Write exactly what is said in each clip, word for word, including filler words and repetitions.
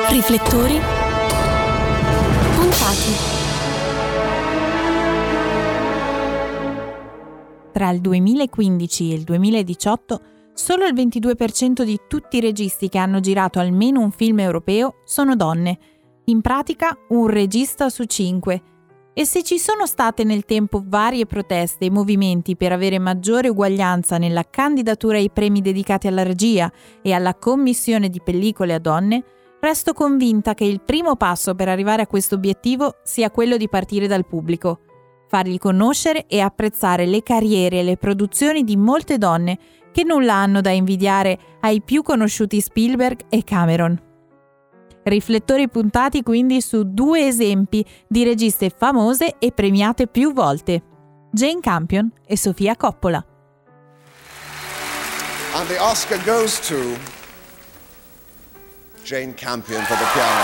Riflettori puntati. Tra il duemilaquindici e il duemiladiciotto, solo il ventidue per cento di tutti i registi che hanno girato almeno un film europeo sono donne. In pratica, un regista su cinque. E se ci sono state nel tempo varie proteste e movimenti per avere maggiore uguaglianza nella candidatura ai premi dedicati alla regia e alla commissione di pellicole a donne, resto convinta che il primo passo per arrivare a questo obiettivo sia quello di partire dal pubblico, fargli conoscere e apprezzare le carriere e le produzioni di molte donne che nulla hanno da invidiare ai più conosciuti Spielberg e Cameron. Riflettori puntati quindi su due esempi di registe famose e premiate più volte: Jane Campion e Sofia Coppola. And the Oscar goes to Jane Campion for the piano.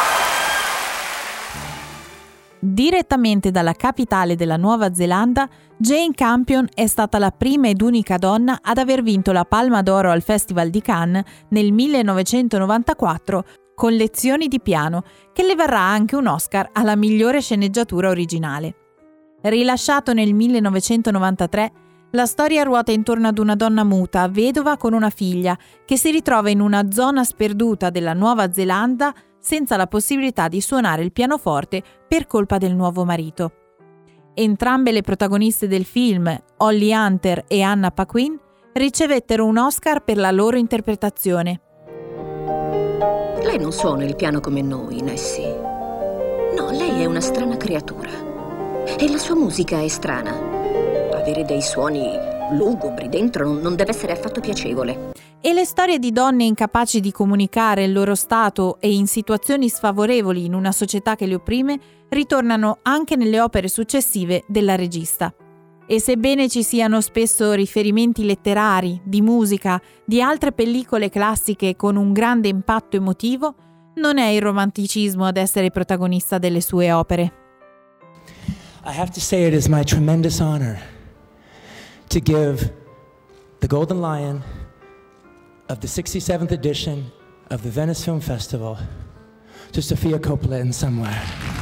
Direttamente dalla capitale della Nuova Zelanda, Jane Campion è stata la prima ed unica donna ad aver vinto la Palma d'Oro al Festival di Cannes nel millenovecentonovantaquattro con Lezioni di piano, che le varrà anche un Oscar alla migliore sceneggiatura originale. Rilasciato nel millenovecentonovantatré, la storia ruota intorno ad una donna muta, vedova con una figlia, che si ritrova in una zona sperduta della Nuova Zelanda senza la possibilità di suonare il pianoforte per colpa del nuovo marito. Entrambe le protagoniste del film, Holly Hunter e Anna Paquin, ricevettero un Oscar per la loro interpretazione. Lei non suona il piano come noi, Nessie. No, lei è una strana creatura. E la sua musica è strana. Avere dei suoni lugubri dentro non, non deve essere affatto piacevole. E le storie di donne incapaci di comunicare il loro stato e in situazioni sfavorevoli in una società che le opprime ritornano anche nelle opere successive della regista. E sebbene ci siano spesso riferimenti letterari, di musica, di altre pellicole classiche con un grande impatto emotivo, non è il romanticismo ad essere protagonista delle sue opere. I have to say it is my tremendous honor to give the Golden Lion of the sixty-seventh edition of the Venice Film Festival to Sofia Coppola in Somewhere.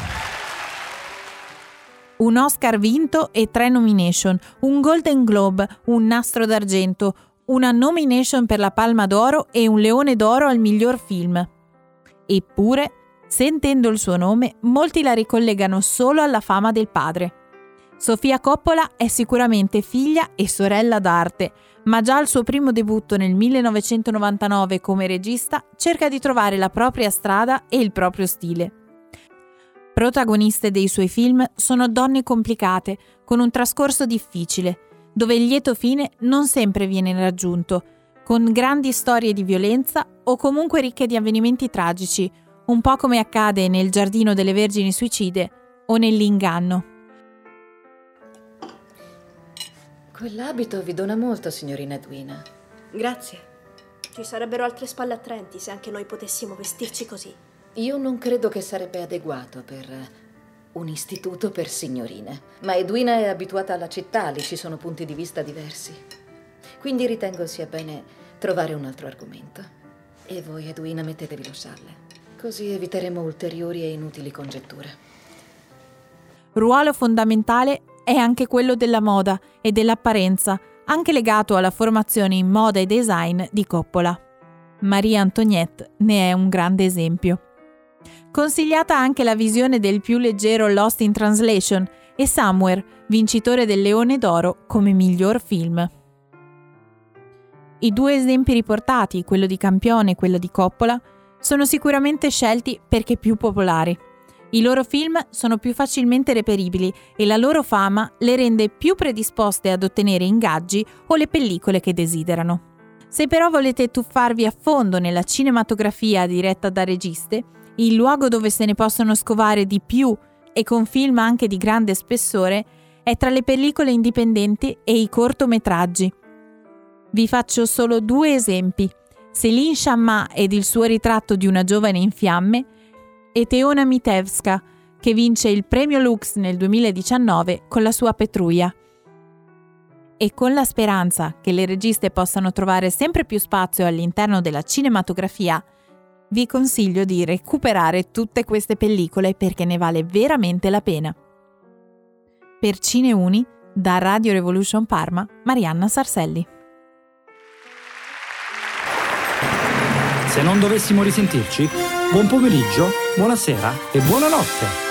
Un Oscar vinto e tre nomination, un Golden Globe, un Nastro d'Argento, una nomination per la Palma d'Oro e un Leone d'Oro al miglior film. Eppure, sentendo il suo nome, molti la ricollegano solo alla fama del padre. Sofia Coppola è sicuramente figlia e sorella d'arte, ma già al suo primo debutto nel millenovecentonovantanove come regista cerca di trovare la propria strada e il proprio stile. Protagoniste dei suoi film sono donne complicate, con un trascorso difficile, dove il lieto fine non sempre viene raggiunto, con grandi storie di violenza o comunque ricche di avvenimenti tragici, un po' come accade nel Giardino delle Vergini Suicide o nell'Inganno. Quell'abito vi dona molto, signorina Edwina. Grazie. Ci sarebbero altre spalle attraenti se anche noi potessimo vestirci così. Io non credo che sarebbe adeguato per un istituto per signorine. Ma Edwina è abituata alla città, lì ci sono punti di vista diversi. Quindi ritengo sia bene trovare un altro argomento. E voi, Edwina, mettetevi lo scialle. Così eviteremo ulteriori e inutili congetture. Ruolo fondamentale è anche quello della moda e dell'apparenza, anche legato alla formazione in moda e design di Coppola. Maria Antoinette ne è un grande esempio. Consigliata anche la visione del più leggero Lost in Translation e Somewhere, vincitore del Leone d'Oro come miglior film. I due esempi riportati, quello di Campione e quello di Coppola, sono sicuramente scelti perché più popolari. I loro film sono più facilmente reperibili e la loro fama le rende più predisposte ad ottenere ingaggi o le pellicole che desiderano. Se però volete tuffarvi a fondo nella cinematografia diretta da registe, il luogo dove se ne possono scovare di più e con film anche di grande spessore è tra le pellicole indipendenti e i cortometraggi. Vi faccio solo due esempi: Céline Sciamma ed il suo ritratto di una giovane in fiamme e Teona Mitevska, che vince il premio Lux nel duemiladiciannove con la sua Petruia. E con la speranza che le registe possano trovare sempre più spazio all'interno della cinematografia, vi consiglio di recuperare tutte queste pellicole perché ne vale veramente la pena. Per Cineuni, da Radio Revolution Parma, Marianna Sarselli. Se non dovessimo risentirci, buon pomeriggio, buonasera e buonanotte.